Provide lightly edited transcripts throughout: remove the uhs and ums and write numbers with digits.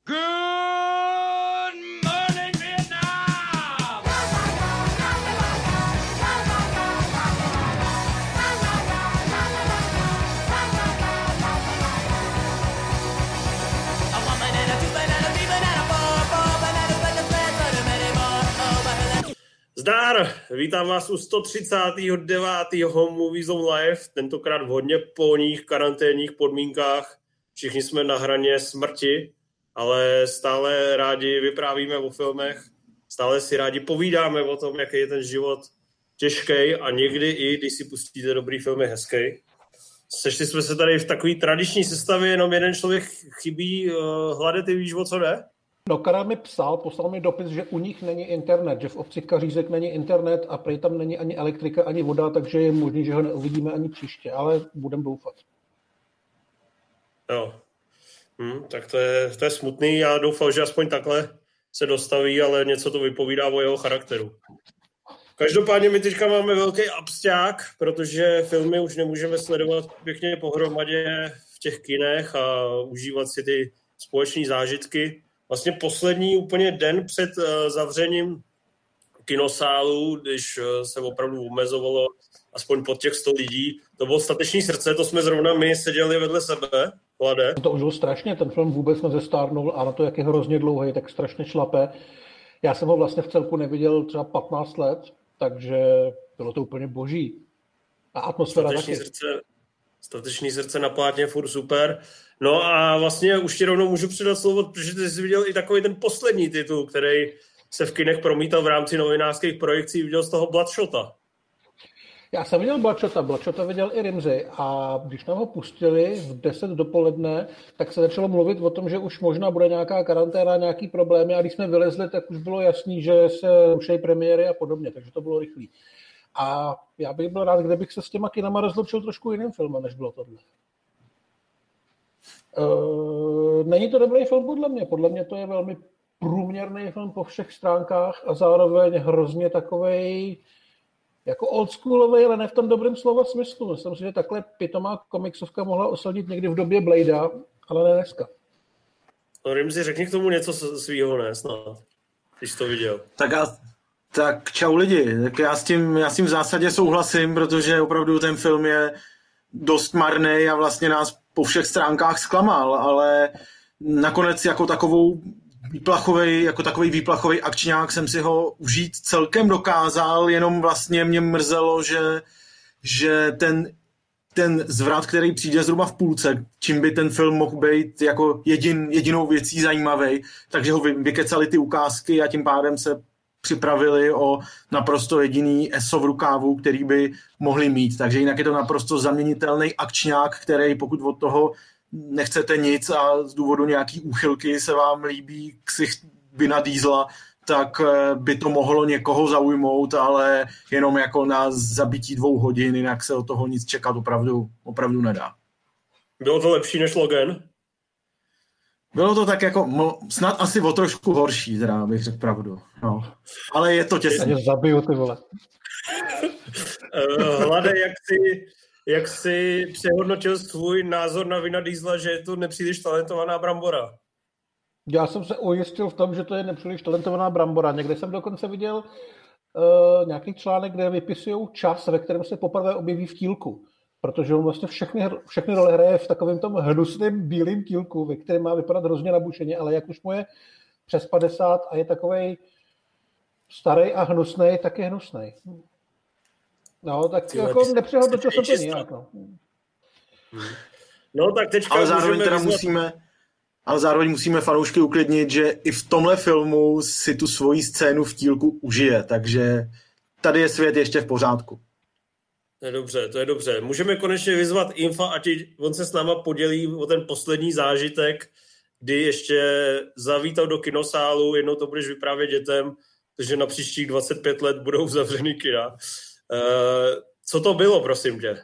Good morning, Vietnam! A woman and a two and a three and a four bananas like a sled, but a many more. Zdar, vítám vás u 139. Movie Zone Live, tentokrát v hodně polních karanténních podmínkách. Všichni jsme na hraně smrti, ale stále rádi vyprávíme o filmech, stále si rádi povídáme o tom, jaký je ten život těžký a někdy i, když si pustíte dobrý film, je hezký. Sešli jsme se tady v takové tradiční sestavě, jenom jeden člověk chybí. Hlade, ty víš, o co jde? No, Karel mi poslal mi dopis, že u nich není internet, že v obci Kařízek není internet a prý tam není ani elektrika, ani voda, takže je možný, že ho neuvidíme ani příště, ale budem doufat. Jo. Tak to je smutný. Já doufal, že aspoň takhle se dostaví, ale něco to vypovídá o jeho charakteru. Každopádně my teďka máme velký absťák, protože filmy už nemůžeme sledovat pěkně pohromadě v těch kinech a užívat si ty společné zážitky. Vlastně poslední úplně den před zavřením kinosálu, když se opravdu omezovalo aspoň pod těch 100 lidí, to bylo Statečné srdce, to jsme zrovna my seděli vedle sebe. Hlade. To už bylo strašně, ten film vůbec nezestárnul a na to, jak je hrozně dlouhý, tak strašně šlape. Já jsem ho vlastně v celku neviděl třeba 15 let, takže bylo to úplně boží. A atmosféra taky. Statečný srdce na plátně, furt super. No a vlastně už ti rovnou můžu předat slovo, protože ty jsi viděl i takový ten poslední titul, který se v kinech promítal v rámci novinářských projekcí, viděl z toho Bloodshota. Já jsem viděl Bloodshota viděl i Rimzy a když nám ho pustili v 10 dopoledne, tak se začalo mluvit o tom, že už možná bude nějaká karanténa, nějaký problémy a když jsme vylezli, tak už bylo jasný, že se rušejí premiéry a podobně, takže to bylo rychlý. A já bych byl rád, kdybych se s těma kinama rozloučil trošku jiným filmem, než bylo tohle. Není to dobrý film podle mě to je velmi průměrný film po všech stránkách a zároveň hrozně takovej jako oldschoolovej, ale ne v tom dobrém slova smyslu. Myslím si, že takhle pitomá komiksovka mohla osadit někdy v době Bladea, ale ne dneska. No, Rimzi, řekni k tomu něco svýho, ne snad, když to viděl. Tak čau lidi, tak já s tím v zásadě souhlasím, protože opravdu ten film je dost marný a vlastně nás po všech stránkách zklamal, ale nakonec jako takový výplachový akčňák jsem si ho užít celkem dokázal, jenom vlastně mě mrzelo, že ten zvrat, který přijde zhruba v půlce, čím by ten film mohl být jako jedinou věcí zajímavý, takže ho vykecali ty ukázky a tím pádem se připravili o naprosto jediný ESO v rukávu, který by mohli mít. Takže jinak je to naprosto zaměnitelný akčňák, který pokud od toho nechcete nic a z důvodu nějaký úchylky se vám líbí ksicht Vina Diesela, tak by to mohlo někoho zaujmout, ale jenom jako na zabití 2 hodin, jinak se od toho nic čekat opravdu nedá. Bylo to lepší než Logan? Bylo to tak jako, snad asi o trošku horší, teda bych řekl pravdu. No. Ale je to těsně. Já zabiju, ty vole. Hlade, jak jsi přehodnotil svůj názor na Vina Diesela, že je to nepříliš talentovaná brambora? Já jsem se ujistil v tom, že to je nepříliš talentovaná brambora. Někde jsem dokonce viděl nějaký článek, kde vypisují čas, ve kterém se poprvé objeví v tílku. Protože on vlastně všechny role hraje v takovém tom hnusném bílém tílku, ve kterém má vypadat hrozně nabušeně, ale jak už mu je přes 50 a je takovej starý a hnusnej, tak je hnusnej. No, tak jako nepřehodnotil jsem to nijak. No, tak teďka ale zároveň musíme fanoušky uklidnit, že i v tomhle filmu si tu svoji scénu v tílku užije, takže tady je svět ještě v pořádku. To je dobře. Můžeme konečně vyzvat Infa, ať on se s náma podělí o ten poslední zážitek, kdy ještě zavítal do kinosálu, jednou to budeš vyprávět dětem, protože na příštích 25 let budou zavřený kina. Co to bylo, prosím tě?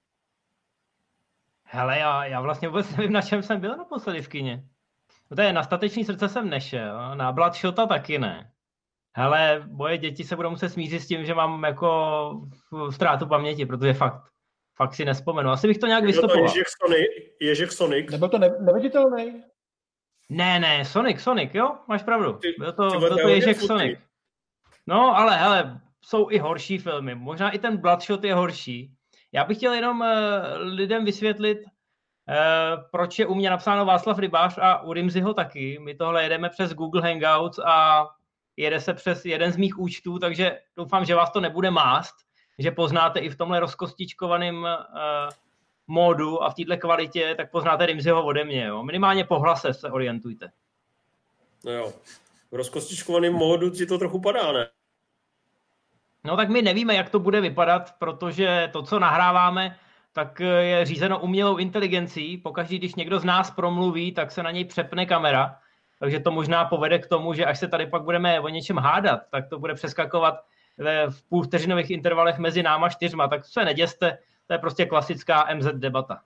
Hele, já vlastně vůbec nevím, na čem jsem byl naposledy v kině. To je na Statečný srdce jsem nešel, na Bloodshota taky ne. Hele, moje děti se budou muset smířit s tím, že mám jako ztrátu paměti, protože fakt si nespomenu. Asi bych to nějak vystupoval. Ježek Sonic? Nebyl to neviditelný? Ne, Sonic, jo, máš pravdu. Byl to hodně Ježek futy. Sonic. No, ale hele, jsou i horší filmy. Možná i ten Bloodshot je horší. Já bych chtěl jenom lidem vysvětlit, proč je u mě napsáno Václav Rybář a u Rimziho taky. My tohle jedeme přes Google Hangouts a jede se přes jeden z mých účtů, takže doufám, že vás to nebude mást, že poznáte i v tomhle rozkostičkovaném módu a v této kvalitě, tak poznáte Rimziho ode mě. Jo? Minimálně po hlase se orientujte. No jo, v rozkostičkovaném módu ti to trochu padá, ne? No tak my nevíme, jak to bude vypadat, protože to, co nahráváme, tak je řízeno umělou inteligencí. Pokaždý, když někdo z nás promluví, tak se na něj přepne kamera. Takže to možná povede k tomu, že až se tady pak budeme o něčem hádat, tak to bude přeskakovat v půlvteřinových intervalech mezi náma 4. Tak se neděste, to je prostě klasická MZ debata.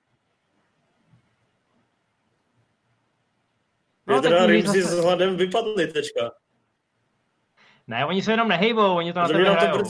No, teda Rimzi s hladem vypadli teďka. Ne, oni se jenom nehejbou, oni to na tebe hrajou.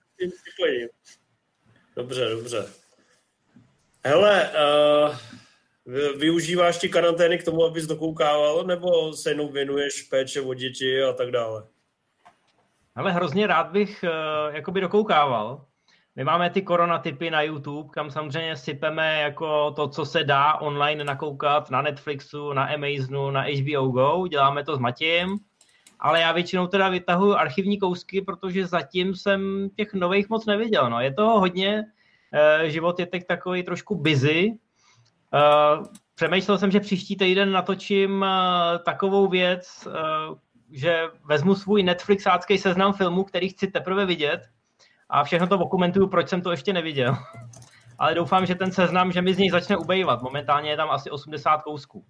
Dobře. Hele, využíváš ti karantény k tomu, abys dokoukával, nebo se jenom věnuješ péče o děti a tak dále? Ale hrozně rád bych jakoby dokoukával. My máme ty koronatypy na YouTube, kam samozřejmě sypeme jako to, co se dá online nakoukat na Netflixu, na Amazonu, na HBO Go. Děláme to s Matějem. Ale já většinou teda vytahuji archivní kousky, protože zatím jsem těch nových moc neviděl. No. Je toho hodně, život je teď takový trošku busy. Přemýšlel jsem, že příští týden natočím takovou věc, že vezmu svůj Netflixácký seznam filmů, který chci teprve vidět a všechno to dokumentuju, proč jsem to ještě neviděl. Ale doufám, že ten seznam, že mi z něj začne ubejvat. Momentálně je tam asi 80 kousků.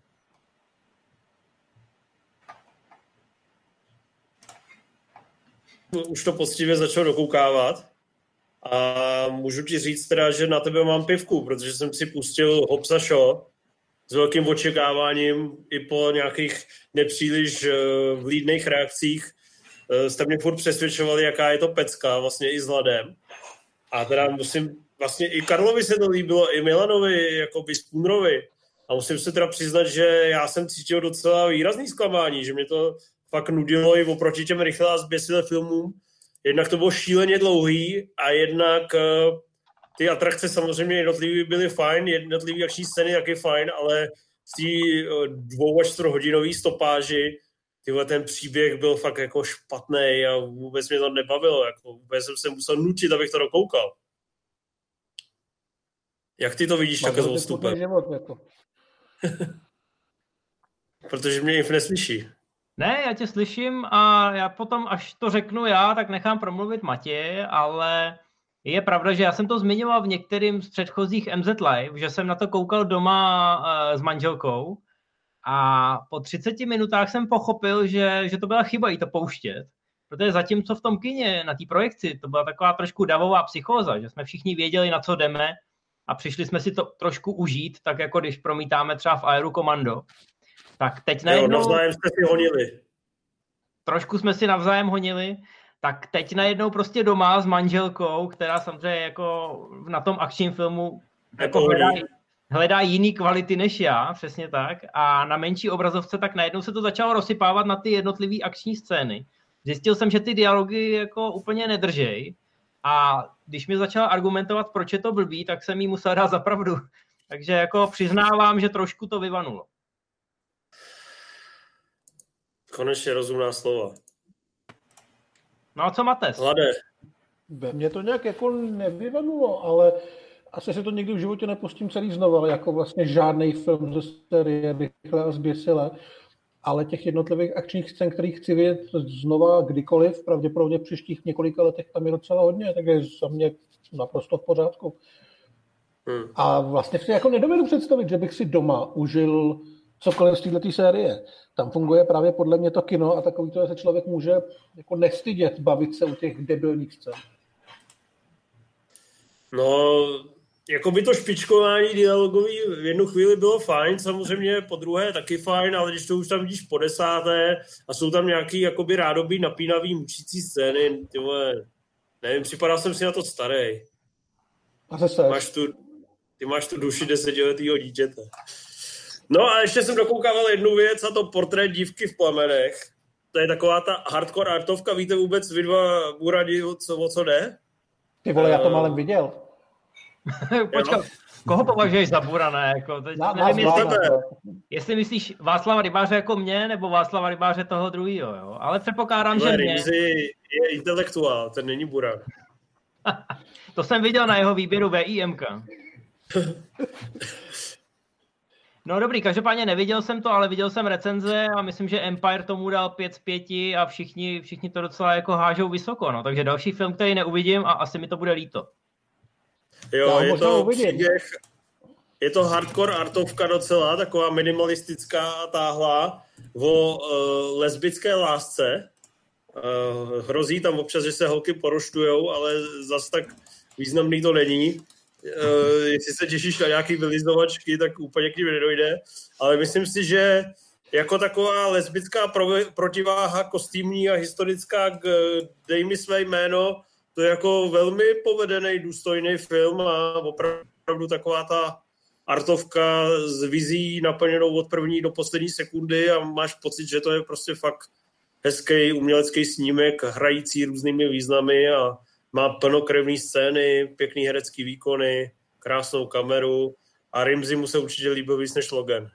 Už to poctivě začal dokoukávat a můžu ti říct teda, že na tebe mám pivku, protože jsem si pustil Hobbs a Shaw s velkým očekáváním i po nějakých nepříliš vlídných reakcích. Jste mě furt přesvědčovali, jaká je to pecka, vlastně i s Hladem. A teda vlastně i Karlovi se to líbilo, i Milanovi, jakoby Spoonerovi. A musím se teda přiznat, že já jsem cítil docela výrazný zklamání, že mě to fakt nudilo i oproti těm rychle a zběsilé filmům. Jednak to bylo šíleně dlouhý a jednak ty atrakce samozřejmě jednotlivý byly fajn, jednotlivý akční scény taky fajn, ale v té 2 až 4 hodinový stopáži tyhle ten příběh byl fakt jako špatný a vůbec mě to nebavilo. Jako vůbec jsem se musel nutit, abych to dokoukal. Jak ty to vidíš takhle s odstupem? Protože mě Inf neslyší. Ne, já tě slyším a já potom, až to řeknu já, tak nechám promluvit Matěje, ale je pravda, že já jsem to zmiňoval v některým z předchozích MZ Live, že jsem na to koukal doma s manželkou a po 30 minutách jsem pochopil, že to byla chyba jí to pouštět, protože zatímco v tom kině, na té projekci, to byla taková trošku davová psychóza, že jsme všichni věděli, na co jdeme a přišli jsme si to trošku užít, tak jako když promítáme třeba v Aeru Komando. Tak teď najednou... navzájem jste si honili. Trošku jsme si navzájem honili, tak teď najednou prostě doma s manželkou, která samozřejmě jako na tom akčním filmu jako hledá jiný kvality než já, přesně tak, a na menší obrazovce tak najednou se to začalo rozsypávat na ty jednotlivé akční scény. Zjistil jsem, že ty dialogy jako úplně nedržej a když mi začala argumentovat, proč je to blbý, tak jsem jí musel dát za pravdu. Takže jako přiznávám, že trošku to vyvanulo. Konečně rozumná slova. No a co máte? Hlade. Mě to nějak jako nevyvanulo, ale asi si to nikdy v životě nepustím celý znovu, ale jako vlastně žádný film ze série Rychle a zběsile, ale těch jednotlivých akčních scén, kterých chci vidět znova kdykoliv, pravděpodobně v příštích několika letech tam je docela hodně, takže za mě naprosto v pořádku. A vlastně si jako nedovedu představit, že bych si doma užil cokoliv z této série. Tam funguje právě podle mě to kino a takový to, že se člověk může jako nestydět bavit se u těch debilních scén. No, jako by to špičkování dialogový v jednu chvíli bylo fajn, samozřejmě po druhé taky fajn, ale když to už tam vidíš po 10. a jsou tam nějaký jakoby rádoby napínavý mučící scény, tyhle, nevím, připadal jsem si na to starý. A zase. Ty máš tu duši 10letého dítěte. No a ještě jsem dokoukával jednu věc, a to Portrét dívky v plamenech. To je taková ta hardcore artovka. Víte vůbec vy dva Buradi, o co jde? Ty vole, já to málem viděl. Počkej, koho považuješ za Burana? Jako, jestli myslíš Václava Rybáře jako mě, nebo Václava Rybáře toho druhýho, jo? Ale předpokládám, že mě. Rimzi je intelektuál, ten není Buran. To jsem viděl na jeho výběru VIMK. No dobrý, každopádně neviděl jsem to, ale viděl jsem recenze a myslím, že Empire tomu dal 5 z 5 a všichni to docela jako hážou vysoko, no. Takže další film, který neuvidím a asi mi to bude líto. Jo, je to hardcore artovka docela, taková minimalistická a táhlá o lesbické lásce. Hrozí tam občas, že se holky poroštujou, ale zas tak významný to není. Jestli se těšíš na nějaký vylizovačky, tak úplně k ním nedojde. Ale myslím si, že jako taková lesbická protiváha kostýmní a historická k Dej mi své jméno, to je jako velmi povedený, důstojný film a opravdu taková ta artovka s vizí naplněnou od první do poslední sekundy a máš pocit, že to je prostě fakt hezký umělecký snímek, hrající různými významy a má plnokrevné scény, pěkný herecký výkony, krásnou kameru a Rimzi mu se určitě líbil víc než Logan.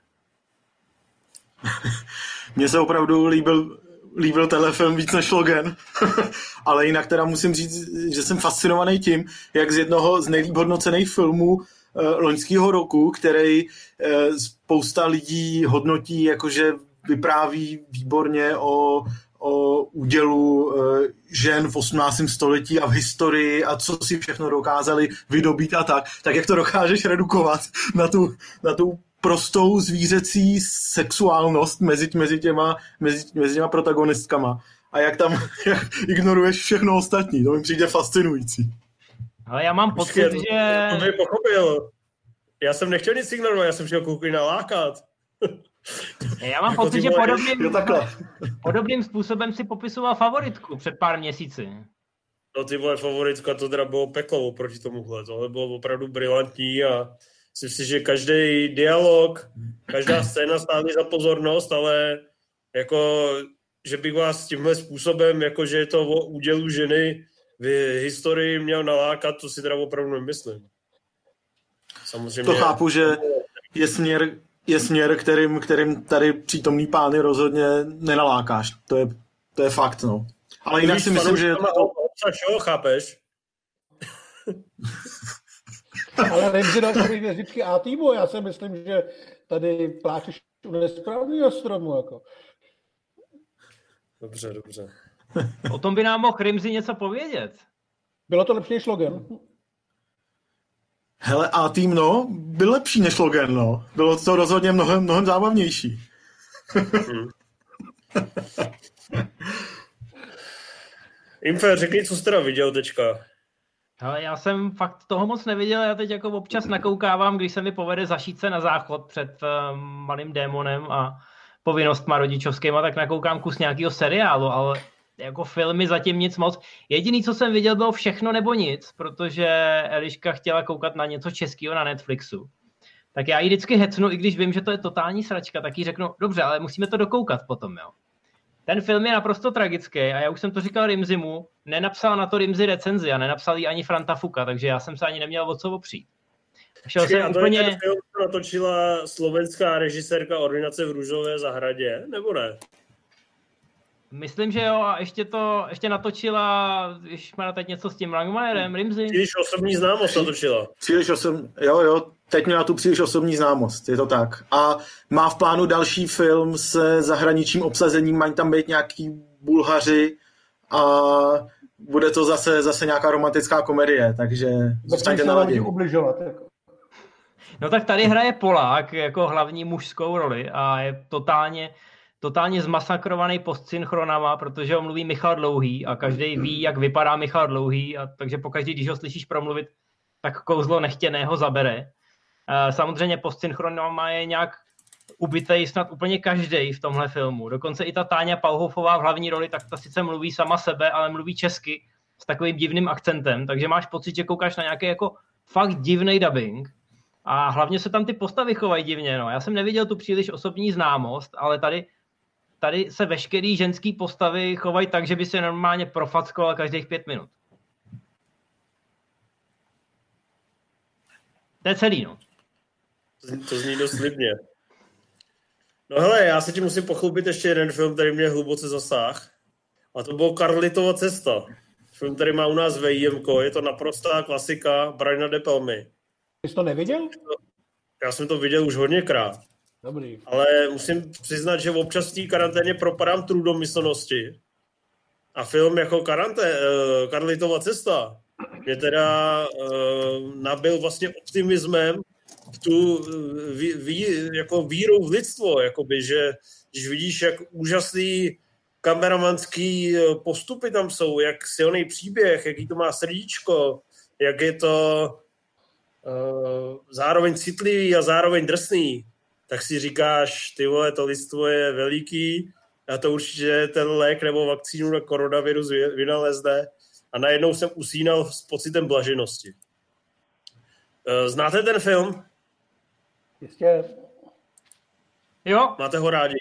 Mně se opravdu líbil tenhle film víc než Logan, ale jinak teda musím říct, že jsem fascinovaný tím, jak z jednoho z nejlíp hodnocených filmů loňského roku, který spousta lidí hodnotí, jakože vypráví výborně o údělu žen v 18. století a v historii a co si všechno dokázali vydobít a tak jak to dokážeš redukovat na tu prostou zvířecí sexuálnost mezi těma protagonistkama a jak ignoruješ všechno ostatní. To mi přijde fascinující. Ale já mám pocit, že... To by pochopil. Já jsem nechtěl nic ignorovat, já jsem chtěl koukej nalákat. Já mám pocit, že podobným způsobem si popisoval Favoritku před pár měsíci. No ty vole, Favoritka, to teda bylo peklo oproti tomuhle. Tohle bylo opravdu brilantní a myslím si, že každý dialog, každá scéna stály za pozornost, ale jako, že bych vás tímhle způsobem, jako že je to o údělu ženy v historii měl nalákat, to si teda opravdu nemyslím. Samozřejmě. To chápu, že je směr, kterým tady přítomný pány rozhodně nenalákáš. To je fakt, no. Ale jinak si myslím, že... Jo, chápeš? Ale Rimzi dal tady hvězdičky A týmu, já si myslím, že tady pláčeš u nesprávného stromu, jako. Dobře. O tom by nám mohl Rimzi něco povědět. Bylo to lepší než Logan? Hele, A-tým, no, byl lepší než Logan, no. Bylo to rozhodně mnohem zábavnější. Infer, řekni, co jsi teda viděl teďka. Ale já jsem fakt toho moc neviděl, já teď jako občas nakoukávám, když se mi povede zašít se na záchod před Malým démonem a povinnostma rodičovskýma, tak nakoukám kus nějakého seriálu, ale jako filmy zatím nic moc. Jediný, co jsem viděl, bylo Všechno nebo nic, protože Eliška chtěla koukat na něco českého na Netflixu. Tak já ji vždycky hecnu, i když vím, že to je totální sračka, tak jí řeknu, dobře, ale musíme to dokoukat potom, jo. Ten film je naprosto tragický a já už jsem to říkal Rimzimu, nenapsal na to Rimzi recenzi a nenapsal ji ani Franta Fuka, takže já jsem se ani neměl o co opřít. Šel jsem úplně... Ten film natočila slovenská režisérka Ordinace v Růžové zahradě, nebo ne? Myslím, že jo, a ještě natočila, když má teď něco s tím Langmajerem, Rimzi. Příliš osobní známost natočila. Jo, teď měla tu příliš osobní známost, je to tak. A má v plánu další film se zahraničním obsazením, mají tam být nějaký Bulhaři a bude to zase nějaká romantická komedie, takže zůstaňte naladěni. No tak tady hraje Polák jako hlavní mužskou roli a je totálně zmasakrovaný postsynchronama, protože ho mluví Michal Dlouhý a každý ví, jak vypadá Michal Dlouhý, a takže pokaždý, když ho slyšíš promluvit, tak kouzlo nechtěného zabere. Samozřejmě postsynchronama je nějak ubitej snad úplně každý v tomhle filmu. Dokonce i ta Táňa Pauhofová v hlavní roli, tak ta sice mluví sama sebe, ale mluví česky s takovým divným akcentem, takže máš pocit, že koukáš na nějaký jako fakt divný dubbing. A hlavně se tam ty postavy chovají divně. No. Já jsem neviděl tu příliš osobní známost, ale tady se veškerý ženský postavy chovají tak, že by se normálně profackoval každých 5 minut. To je celý, no. To zní dost slibně. No hele, já se ti musím pochlubit ještě jeden film, který mě hluboce zasáhl. A to byl Carlitova cesta. Film, který má u nás VIMko. Je to naprostá klasika Briana De Palmy. Jsi to neviděl? Já jsem to viděl už hodněkrát. Dobrý. Ale musím přiznat, že občas v té karanténě propadám trůdomyslnosti. A film jako Carlitova cesta mě teda nabil vlastně optimismem v tu jako vírou v lidstvo, jakoby, že když vidíš, jak úžasný kameramanský postupy tam jsou, jak silný příběh, jaký to má srdíčko, jak je to zároveň citlivý a zároveň drsný, tak si říkáš, ty vole, to lidstvo je veliký a to určitě ten lék nebo vakcínu na koronavirus vynalezne a najednou jsem usínal s pocitem blaženosti. Znáte ten film? Jistě. Jo. Máte ho rádi?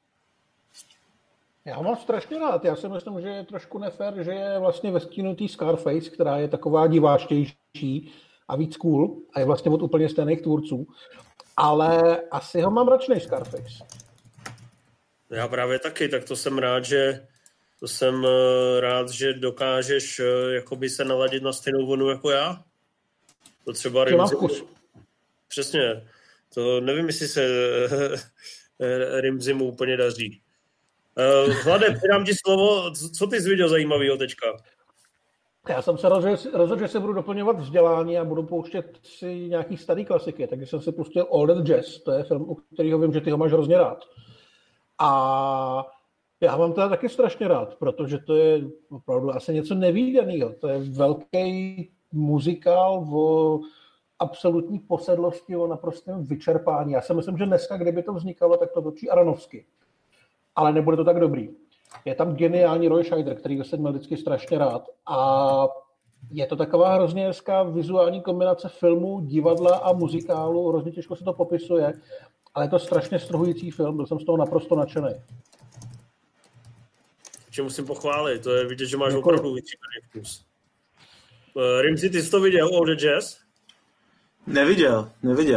Já ho mám strašně rád. Já si myslím, že je trošku nefér, že je vlastně ve stínu tý Scarface, která je taková diváčtější a víc cool a je vlastně od úplně stejných tvůrců. Ale asi ho mám radši než Scarface. Já právě taky, tak to jsem rád, že dokážeš jakoby se naladit na stejnou vlnu jako já. To třeba Přesně. To nevím, jestli se Rimzimu úplně daří. Hlade, přidám ti slovo. Co ty jsi viděl zajímavého teďka? Já jsem se rozhodl, že se budu doplňovat vzdělání a budu pouštět si nějaký starý klasiky, takže jsem si pustil All That Jazz, to je film, u kterého vím, že ty ho máš hrozně rád. A já mám teda taky strašně rád, protože to je opravdu asi něco nevídaného. To je velký muzikál o absolutní posedlosti, o naprostém vyčerpání. Já si myslím, že dneska, kdyby to vznikalo, tak to točí Aronofsky. Ale nebude to tak dobrý. Je tam geniální Roy Scheider, který jsem měl vždycky strašně rád. A je to taková hrozně hezká vizuální kombinace filmu, divadla a muzikálu. Hrozně těžko se to popisuje, ale je to strašně strhující film. Byl jsem z toho naprosto nadšený. Že musím pochválit. To je vidět, že máš opravdu vytříbený vkus. Rimzi, ty jsi to viděl, All the Jazz? Neviděl.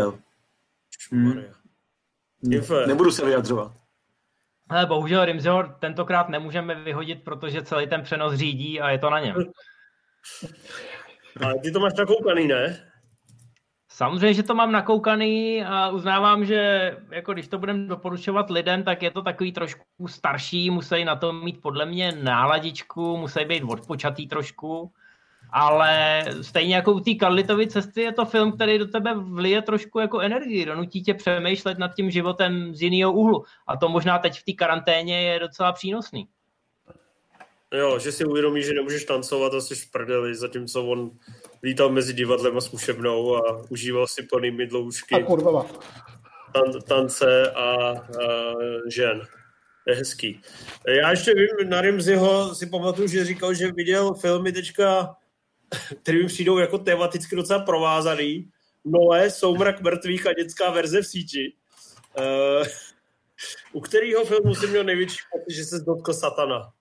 Nebudu se vyjadřovat. Ale bohužel Rimziho tentokrát nemůžeme vyhodit, protože celý ten přenos řídí a je to na něm. Ale ty to máš nakoukaný, ne? Samozřejmě, že to mám nakoukaný a uznávám, že jako když to budeme doporučovat lidem, tak je to takový trošku starší, musí na to mít podle mě náladičku, musí být odpočatý trošku, ale stejně jako u té Carlitovy cesty je to film, který do tebe vlije trošku jako energii, donutí tě přemýšlet nad tím životem z jiného úhlu a to možná teď v té karanténě je docela přínosný. Jo, že si uvědomíš, že nemůžeš tancovat a jsi v prdeli, zatímco on lítal mezi divadlem a zkušebnou a užíval si plný mydloušky, tance a žen. Je hezký. Já ještě vím, na Rimziho si pamatuju, že říkal, že viděl filmy teďka, který mi přijdou jako tematicky docela provázaný. Noé, Soumrak mrtvých a dětská verze v síti. U kterého filmu si měl největší pocit, že se dotkl satana?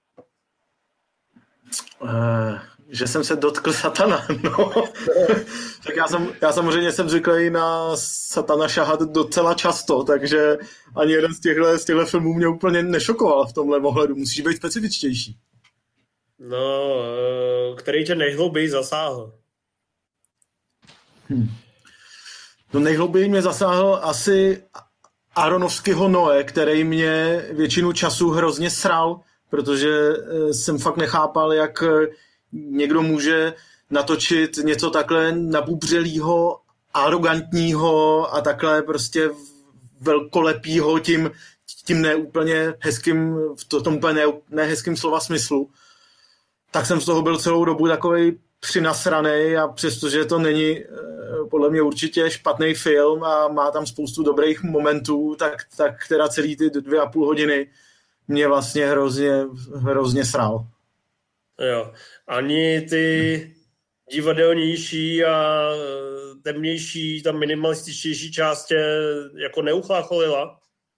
Že jsem se dotkl satana, no. Tak já samozřejmě jsem zvyklý na satana šahat docela často, takže ani jeden z těchto filmů mě úplně nešokoval v tomhle ohledu. Musíš být specifičtější. No, který tě nejhlouběji zasáhl? No nejhlouběji mě zasáhl asi Aronofskyho Noé, který mě většinu času hrozně sral, protože jsem fakt nechápal, jak někdo může natočit něco takhle nabubřelýho, arrogantního a takhle prostě velkolepýho tím neúplně hezkým, v tom úplně nehezkým slova smyslu. Tak jsem z toho byl celou dobu takovej přinasranej a přestože to není podle mě určitě špatný film a má tam spoustu dobrých momentů, tak teda celý ty 2,5 hodiny mě vlastně hrozně sral. Jo. Ani ty divadelnější a temnější, ta minimalističtější část tě jako neuchlácholila?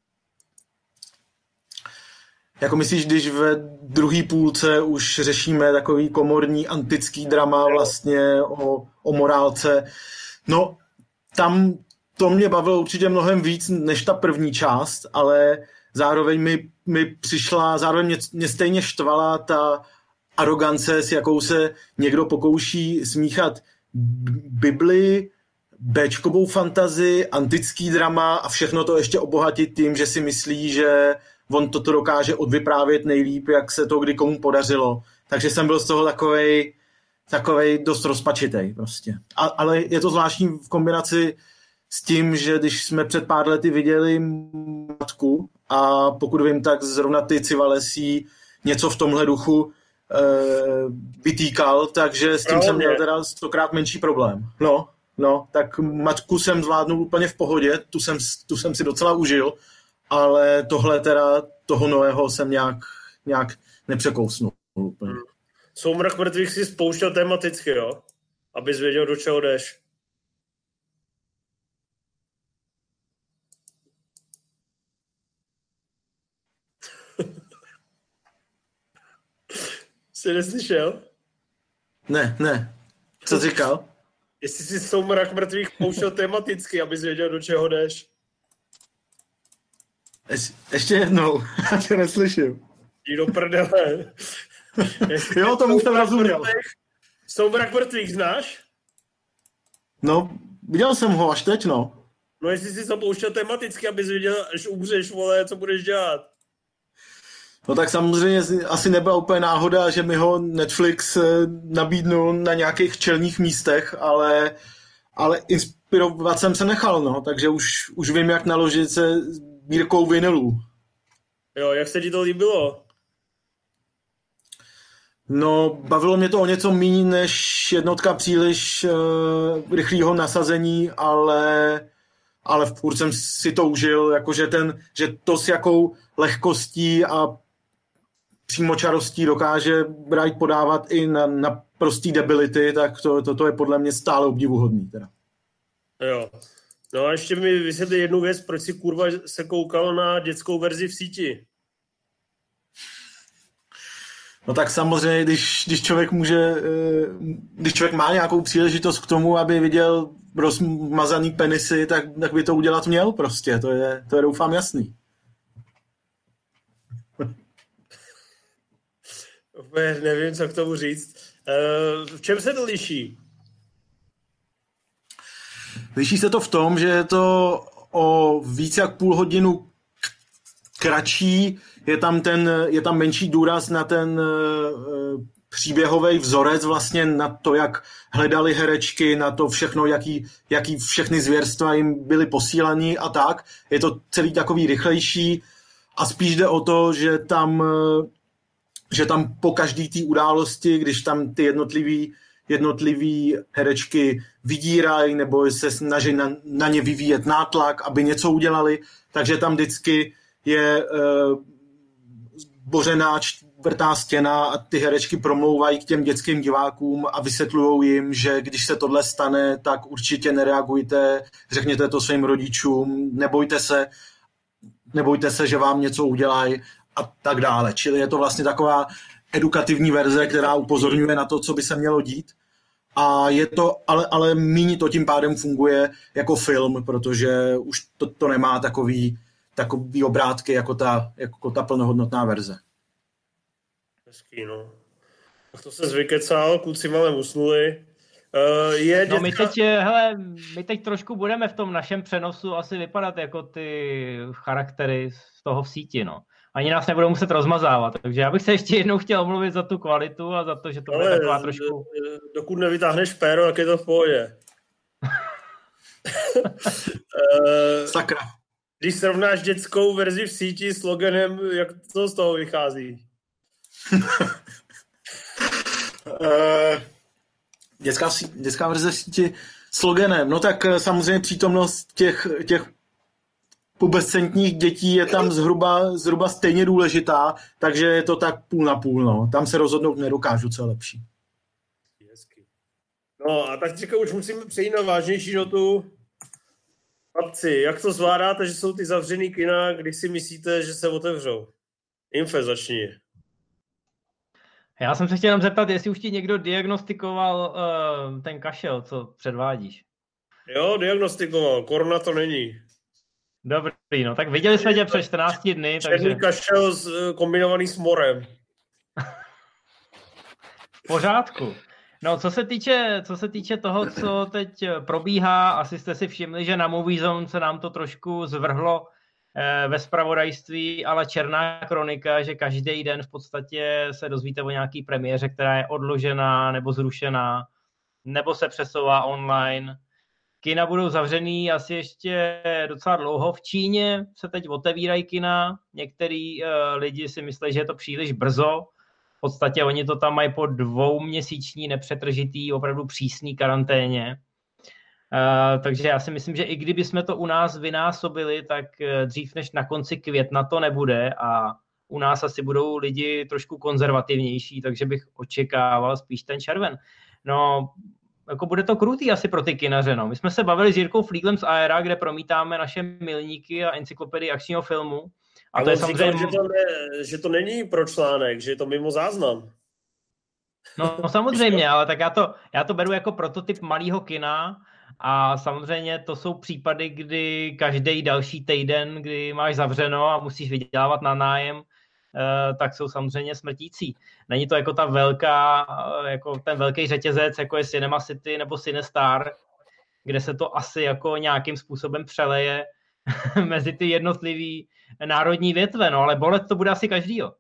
Jako myslíš, když ve druhé půlce už řešíme takový komorní antický drama vlastně o morálce, no tam to mě bavilo určitě mnohem víc než ta první část, ale zároveň mi přišla, zároveň mě stejně štvala ta arogance, s jakou se někdo pokouší smíchat Bibli, béčkovou fantazii, antický drama a všechno to ještě obohatit tím, že si myslí, že on toto dokáže odvyprávět nejlíp, jak se to kdy komu podařilo. Takže jsem byl z toho takovej dost rozpačitej prostě. Ale je to zvláštní v kombinaci s tím, že když jsme před pár lety viděli Matku a pokud vím, tak zrovna ty Civalesí něco v tomhle duchu vytýkal, takže s tím jsem měl teda 100krát menší problém. No, tak Matku jsem zvládnul úplně v pohodě, tu jsem si docela užil, ale tohle teda, toho Noého jsem nějak nepřekousnul úplně. Soumrak mrtvých si spouštěl tematicky, jo? Abys věděl, do čeho jdeš. Jsi neslyšel? Ne. Co jsi říkal? Jestli si Soumrak mrtvých pouštěl tematicky, abys věděl, do čeho jdeš. Ještě jednou, já tě neslyším. Jdi do prdele. Jo, tomu jsem rozuměl. Soumrak mrtvých znáš? No, viděl jsem ho až teď, no. No jestli si to pouštěl tematicky, abys věděl, až umřeš, vole, co budeš dělat. No tak samozřejmě asi nebyla úplně náhoda, že mi ho Netflix nabídnul na nějakých čelních místech, ale inspirovat jsem se nechal, no, takže už vím, jak naložit se sbírkou vinylů. Jo, jak se ti to líbilo? No, bavilo mě to o něco méně než jednotka příliš rychlého nasazení, ale furt jsem si to užil, jakože že to s jakou lehkostí a přímočarostí dokáže Wright podávat i na prostý debility, tak to je podle mě stále obdivuhodný. Teda. Jo. No a ještě mi vysvětli jednu věc, proč si kurva se koukal na dětskou verzi v síti. No tak samozřejmě, když člověk má nějakou příležitost k tomu, aby viděl rozmazaný penisy, tak by to udělat měl prostě, to je doufám jasný. Nevím, co k tomu říct. V čem se to liší? Liší se to v tom, že je to o víc jak půl hodinu kratší, je tam menší důraz na ten příběhový vzorec, vlastně na to, jak hledali herečky, na to všechno, jaký všechny zvěrstva jim byly posílaní a tak. Je to celý takový rychlejší a spíš jde o to, že tam po každý té události, když tam ty jednotlivý herečky vydírají nebo se snaží na ně vyvíjet nátlak, aby něco udělali, takže tam vždycky je bořená čtvrtá stěna a ty herečky promlouvají k těm dětským divákům a vysvětlují jim, že když se tohle stane, tak určitě nereagujte, řekněte to svým rodičům, nebojte se, že vám něco udělají a tak dále. Čili je to vlastně taková edukativní verze, která upozorňuje na to, co by se mělo dít. A je to, ale míň to tím pádem funguje jako film, protože už to nemá takový obrátky jako ta plnohodnotná verze. Hezký, no. Tak to se zvykecal, kluci malem usnuli. No my teď trošku budeme v tom našem přenosu asi vypadat jako ty charaktery z toho v síti, no. Ani nás nebudou muset rozmazávat, takže já bych se ještě jednou chtěl omluvit za tu kvalitu a za to, že to bude taková trošku... Dokud nevytáhneš péro, tak je to v pohodě. Sakra. Když srovnáš dětskou verzi v síti s Loganem, jak to z toho vychází? Dětská verze v síti s Loganem. No tak samozřejmě přítomnost těch pubescentních dětí je tam zhruba stejně důležitá, takže je to tak půl na půl. No. Tam se rozhodnout nedokážu, co je lepší. No a tak teďka už musíme přejít na vážnější notu. Chlapci, jak to zvládáte, že jsou ty zavřený kina, když si myslíte, že se otevřou? Infe, začni. Já jsem se chtěl jenom zeptat, jestli už ti někdo diagnostikoval ten kašel, co předvádíš. Jo, diagnostikoval. Korona to není. Dobrý, no tak viděli jsme tě před 14 dny, takže... Černý kašel kombinovaný s morem. V pořádku. No, co se týče toho, co teď probíhá, asi jste si všimli, že na Movie Zone se nám to trošku zvrhlo ve zpravodajství, ale černá kronika, že každý den v podstatě se dozvíte o nějaký premiéře, která je odložená nebo zrušená, nebo se přesouvá online. Kina budou zavřený asi ještě docela dlouho. V Číně se teď otevírají kina. Některý lidi si myslí, že je to příliš brzo. V podstatě oni to tam mají po 2měsíční nepřetržitý, opravdu přísný karanténě. Takže já si myslím, že i kdyby jsme to u nás vynásobili, tak dřív než na konci května to nebude a u nás asi budou lidi trošku konzervativnější, takže bych očekával spíš ten červen. No, jako bude to krutý asi pro ty kinaře. No. My jsme se bavili s Jirkou Flíglem z Aera, kde promítáme naše milníky a encyklopedii akčního filmu. A to je samozřejmě... Říkal, že to není pro článek, že je to mimo záznam. No samozřejmě, ale tak já to beru jako prototyp malého kina a samozřejmě to jsou případy, kdy každý další týden, kdy máš zavřeno a musíš vydělávat na nájem, tak jsou samozřejmě smrtící. Není to jako ta velká, jako ten velký řetězec, jako je Cinema City nebo CineStar, kde se to asi jako nějakým způsobem přeleje mezi ty jednotlivý národní větve, no, ale bolet to bude asi každýho.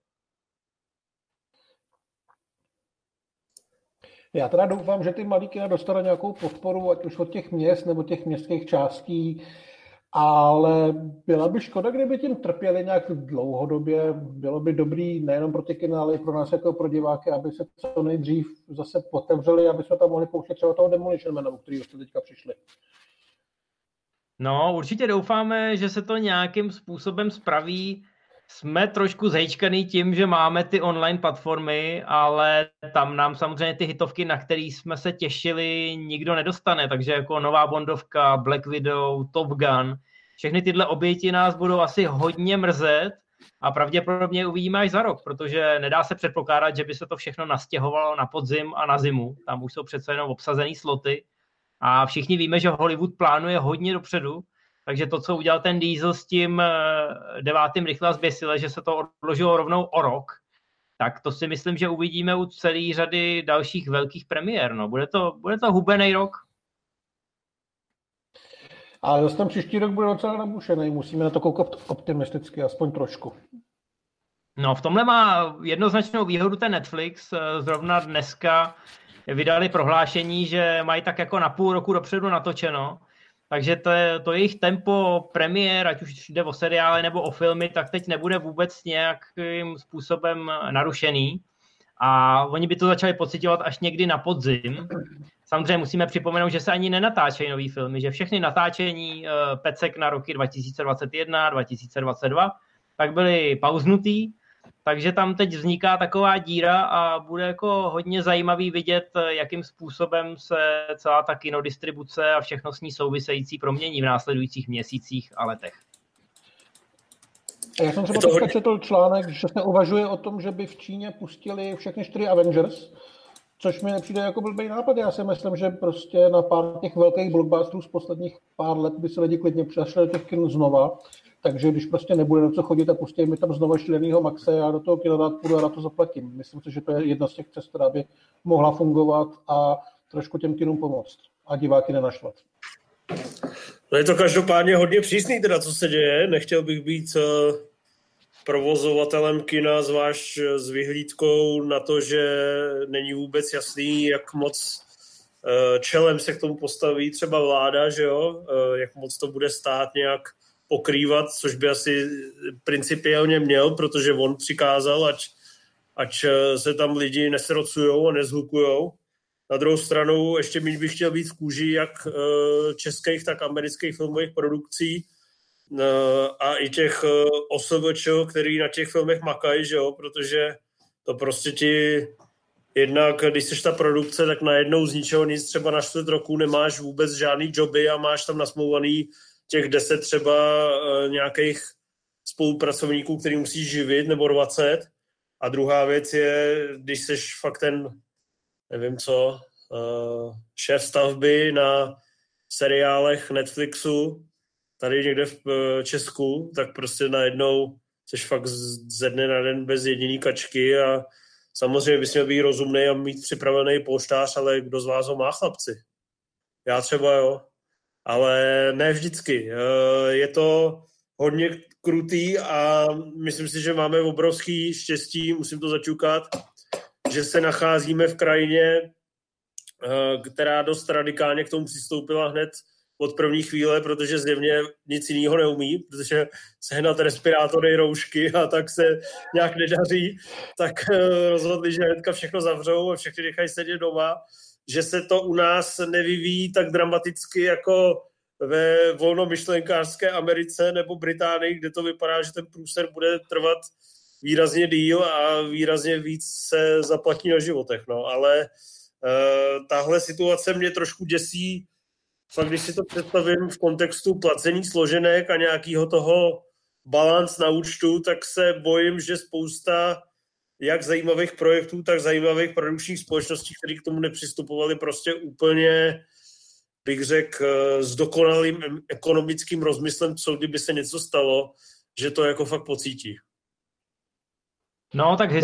Já teda doufám, že ty malý kina dostanou nějakou podporu, ať už od těch měst nebo těch městských částí, ale byla by škoda, kdyby tím trpěli nějak dlouhodobě. Bylo by dobrý nejenom pro ty kina, ale i pro nás jako pro diváky, aby se co nejdřív zase otevřeli, aby jsme tam mohli pouštět třeba toho Demolition Mana, o kterého jste teďka přišli. No, určitě doufáme, že se to nějakým způsobem spraví. Jsme trošku zhejčkaný tím, že máme ty online platformy, ale tam nám samozřejmě ty hitovky, na které jsme se těšili, nikdo nedostane. Takže jako nová Bondovka, Black Widow, Top Gun, všechny tyhle oběti nás budou asi hodně mrzet a pravděpodobně uvidíme až za rok, protože nedá se předpokládat, že by se to všechno nastěhovalo na podzim a na zimu. Tam už jsou přece jenom obsazený sloty a všichni víme, že Hollywood plánuje hodně dopředu. Takže to, co udělal ten Diesel s tím 9. rychle a zběsile, že se to odložilo rovnou o rok, tak to si myslím, že uvidíme u celé řady dalších velkých premiér. No. Bude to hubený rok. Ale zase ten příští rok bude docela nabušený. Musíme na to koukat optimisticky, aspoň trošku. No, v tomhle má jednoznačnou výhodu ten Netflix. Zrovna dneska vydali prohlášení, že mají tak jako na půl roku dopředu natočeno. Takže to jejich tempo premiér, ať už jde o seriály nebo o filmy, tak teď nebude vůbec nějakým způsobem narušený. A oni by to začali pociťovat až někdy na podzim. Samozřejmě musíme připomenout, že se ani nenatáčejí nový filmy, že všechny natáčení pecek na roky 2021, 2022 tak byly pauznutý. Takže tam teď vzniká taková díra a bude jako hodně zajímavý vidět, jakým způsobem se celá ta kinodistribuce a všechno s ní související promění v následujících měsících a letech. Já jsem třeba teďka četl článek, že se uvažuje o tom, že by v Číně pustili všechny 4 Avengers, což mi nepřijde jako blbý nápad. Já si myslím, že prostě na pár těch velkých blockbusterů z posledních pár let by se lidi klidně přešli do těch kin znova. Takže když prostě nebude na co chodit a pustí mi tam znova šílenýho Maxe, já do toho kina dát půjdu a na to zaplatím. Myslím si, že to je jedna z těch cest, která by mohla fungovat a trošku těm kinům pomoct a diváky nenaštvat. No je to každopádně hodně přísný teda, co se děje. Nechtěl bych být provozovatelem kina, zvlášť s vyhlídkou na to, že není vůbec jasný, jak moc čelem se k tomu postaví třeba vláda, že jo? Jak moc to bude stát nějak pokrývat, což by asi principiálně měl, protože on přikázal, ať se tam lidi nesrocujou a nezhlukujou. Na druhou stranu ještě míň bych chtěl být v kůži jak českých, tak amerických filmových produkcí a i těch OSVČ, který na těch filmech makají, že jo, protože to prostě ti jednak, když jsi ta produkce, tak najednou z ničeho nic, třeba na 4 roku nemáš vůbec žádný joby a máš tam nasmlouvaný těch 10 třeba nějakých spolupracovníků, který musíš živit, nebo 20. A druhá věc je, když jsi fakt ten, nevím co, šéf stavby na seriálech Netflixu, tady někde v Česku, tak prostě najednou jsi fakt ze dne na den bez jediný kačky a samozřejmě bys měl být rozumný a mít připravený polštář, ale kdo z vás ho má, chlapci? Já třeba jo, ale ne vždycky. Je to hodně krutý a myslím si, že máme obrovský štěstí, musím to začukat, že se nacházíme v krajině, která dost radikálně k tomu přistoupila hned od první chvíle, protože zjevně nic jiného neumí, protože sehnat respirátory, roušky a tak se nějak nedaří, tak rozhodli, že hnedka všechno zavřou a všechny nechají sedět doma, že se to u nás nevyvíjí tak dramaticky jako ve volnomyšlenkářské Americe nebo Británii, kde to vypadá, že ten průser bude trvat výrazně díl a výrazně víc se zaplatí na životech. No. Ale tahle situace mě trošku děsí, fakt když si to představím v kontextu placení složenek a nějakého toho balans na účtu, tak se bojím, že spousta jak zajímavých projektů, tak zajímavých produkčních společností, které k tomu nepřistupovaly prostě úplně, bych řekl, s dokonalým ekonomickým rozmyslem, co kdyby se něco stalo, že to jako fakt pocítí. No, tak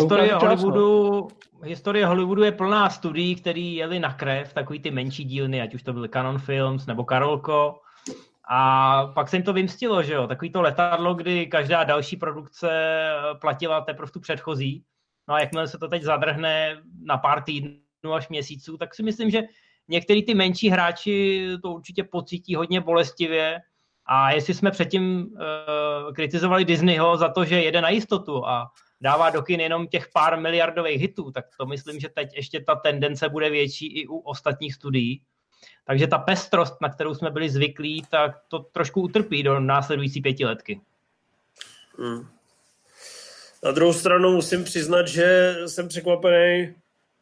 historie Hollywoodu je plná studií, které jeli na krev, takový ty menší dílny, ať už to byly Canon Films nebo Karolko. A pak se jim to vymstilo, že jo? Takový to letadlo, kdy každá další produkce platila teprve tu předchozí. No a jakmile se to teď zadrhne na pár týdnů až měsíců, tak si myslím, že některý ty menší hráči to určitě pocítí hodně bolestivě. A jestli jsme předtím kritizovali Disneyho za to, že jede na jistotu a dává do kin jenom těch pár miliardových hitů, tak to myslím, že teď ještě ta tendence bude větší i u ostatních studií. Takže ta pestrost, na kterou jsme byli zvyklí, tak to trošku utrpí do následující 5 letky. Na druhou stranu musím přiznat, že jsem překvapený.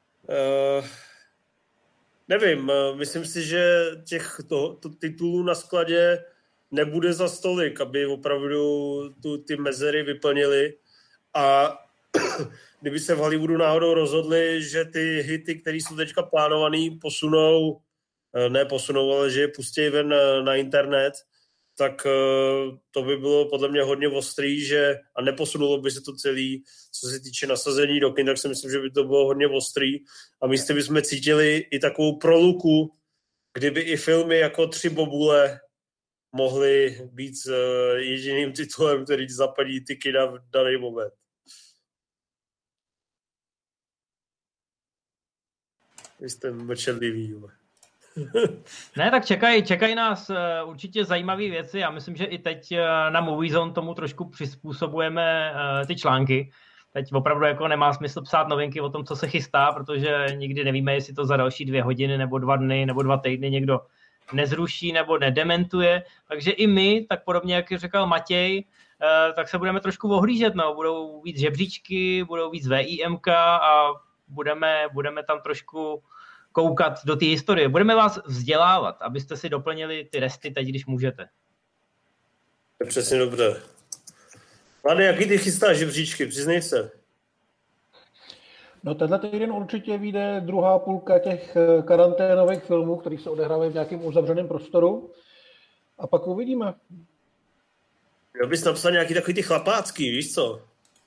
Nevím, myslím si, že těchto titulů na skladě nebude za stolik, aby opravdu ty mezery vyplnili. A kdyby se v Hollywoodu náhodou rozhodli, že ty hity, které jsou teďka plánovaný, ale že je pustí ven na internet, tak to by bylo podle mě hodně ostrý, a neposunulo by se to celý, co se týče nasazení do kin, tak si myslím, že by to bylo hodně ostrý. A místě bychom cítili i takovou proluku, kdyby i filmy jako 3 bobule mohly být jediným titulem, který zapadí ty kina v daný moment. Vy jste mlčenliví. Ne, tak čekají nás určitě zajímavé věci. Já myslím, že i teď na Movie Zone tomu trošku přizpůsobujeme ty články. Teď opravdu jako nemá smysl psát novinky o tom, co se chystá, protože nikdy nevíme, jestli to za další 2 hodiny nebo 2 dny nebo 2 týdny někdo nezruší nebo nedementuje. Takže i my, tak podobně, jak říkal Matěj, tak se budeme trošku ohlížet. No. Budou víc žebříčky, budou víc VIMK a budeme tam trošku koukat do té historie. Budeme vás vzdělávat, abyste si doplnili ty resty teď, když můžete. To je přesně dobře. Mladý, jaký ty chystáš žebříčky? Přiznej se. No tenhle týden určitě vyjde druhá půlka těch karanténových filmů, které se odehrávají v nějakém uzavřeném prostoru. A pak uvidíme. Já bys napsal nějaký takový ty chlapácký, víš co?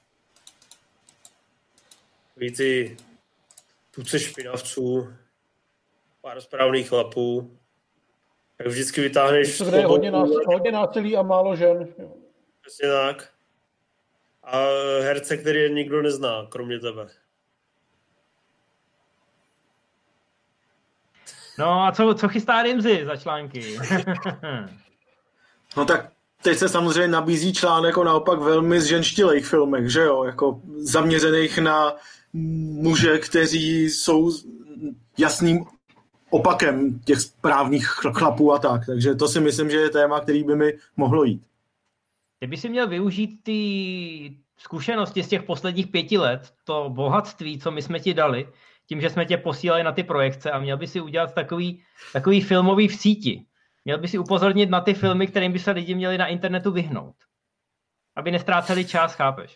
Víš ty tuce špinavců, pár správných chlapů. Jak vždycky vytáhneš... To je hodně násilí a málo žen. Přesně tak. A herce, který nikdo nezná, kromě tebe. No a co chystá Rimzi za články? No tak teď se samozřejmě nabízí článek o naopak velmi zženštilých filmech, že jo? Jako zaměřených na muže, kteří jsou jasným opakem těch správných chlapů a tak. Takže to si myslím, že je téma, který by mi mohlo jít. Ty by si měl využít ty zkušenosti z těch posledních 5 let, to bohatství, co my jsme ti dali, tím, že jsme tě posílali na ty projekce a měl by si udělat takový filmový v síti. Měl by si upozornit na ty filmy, kterým by se lidi měli na internetu vyhnout. Aby nestráceli čas, chápeš?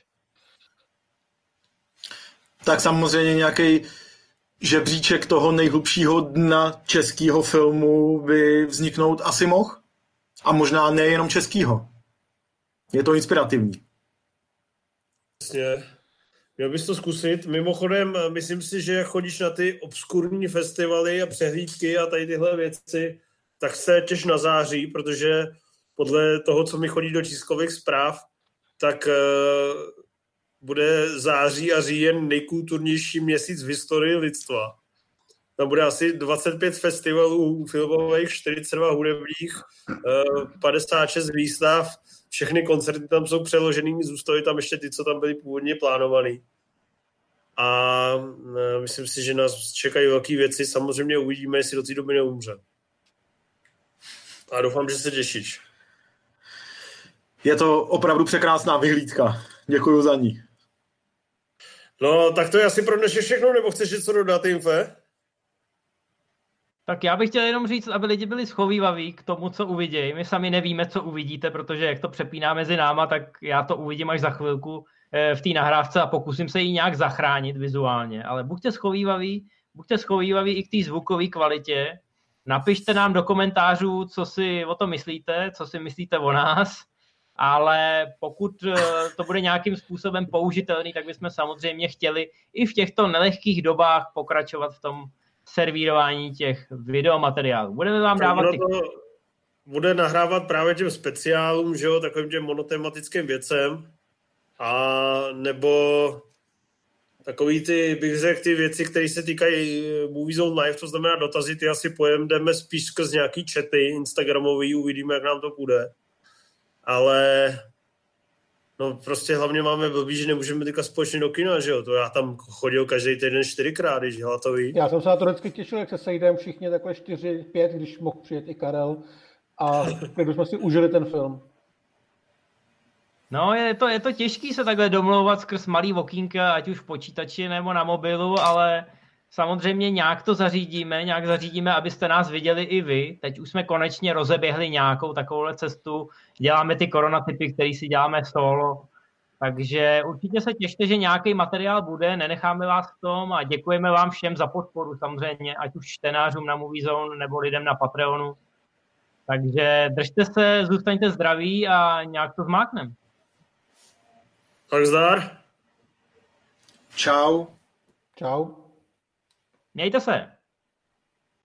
Tak samozřejmě nějaký žebříček toho nejhlubšího dna českého filmu by vzniknout asi mohl. A možná nejenom českýho. Je to inspirativní. Jasně. Měl bys to zkusit. Mimochodem, myslím si, že jak chodíš na ty obskurní festivaly a přehlídky a tady tyhle věci, tak se těš na září, protože podle toho, co mi chodí do tiskových zpráv, tak bude září a říjen nejkulturnější měsíc v historii lidstva. Tam bude asi 25 festivalů filmových, 42 hudebních, 56 výstav, všechny koncerty tam jsou přeložený, zůstaly tam ještě ty, co tam byly původně plánovaný. A myslím si, že nás čekají velké věci. Samozřejmě uvidíme, jestli do té doby neumře. A doufám, že se těšíš. Je to opravdu překrásná vyhlídka. Děkuju za ní. No, tak to je asi pro dnešek všechno, nebo chceš něco dodat, Infe? Tak já bych chtěl jenom říct, aby lidi byli schovývaví k tomu, co uvidějí. My sami nevíme, co uvidíte, protože jak to přepíná mezi náma, tak já to uvidím až za chvilku v té nahrávce a pokusím se ji nějak zachránit vizuálně. Ale buďte schovývaví i k té zvukové kvalitě. Napište nám do komentářů, co si o tom myslíte, co si myslíte o nás. Ale pokud to bude nějakým způsobem použitelný, tak bychom samozřejmě chtěli i v těchto nelehkých dobách pokračovat v tom servírování těch videomateriálů. Budeme vám dávat... Bude nahrávat právě těm speciálům, že jo, takovým těm monotematickým věcem, a nebo takový ty, bych řekl, ty věci, které se týkají Movie Zone Live, to znamená dotazy, ty asi jdeme spíš skrz nějaký chaty instagramový, uvidíme, jak nám to půjde. Ale no prostě hlavně máme blbý, že nemůžeme teďka společně do kina, že jo? To já tam chodil každý týden 4krát, když hlatový. Já jsem se na to vždycky těšil, jak se sejdeme všichni takhle 4-5, když mohl přijet i Karel a když jsme si užili ten film. No, je to těžký se takhle domlouvat skrz malý okýnka, ať už v počítači nebo na mobilu, ale samozřejmě nějak to zařídíme, abyste nás viděli i vy. Teď už jsme konečně rozeběhli nějakou takovouhle cestu, děláme ty koronatypy, který si děláme solo, takže určitě se těšte, že nějaký materiál bude, nenecháme vás v tom a děkujeme vám všem za podporu samozřejmě, ať už čtenářům na Movie Zone nebo lidem na Patreonu. Takže držte se, zůstaňte zdraví a nějak to zmákneme. Tak zdar. Čau. Čau. Mějte se.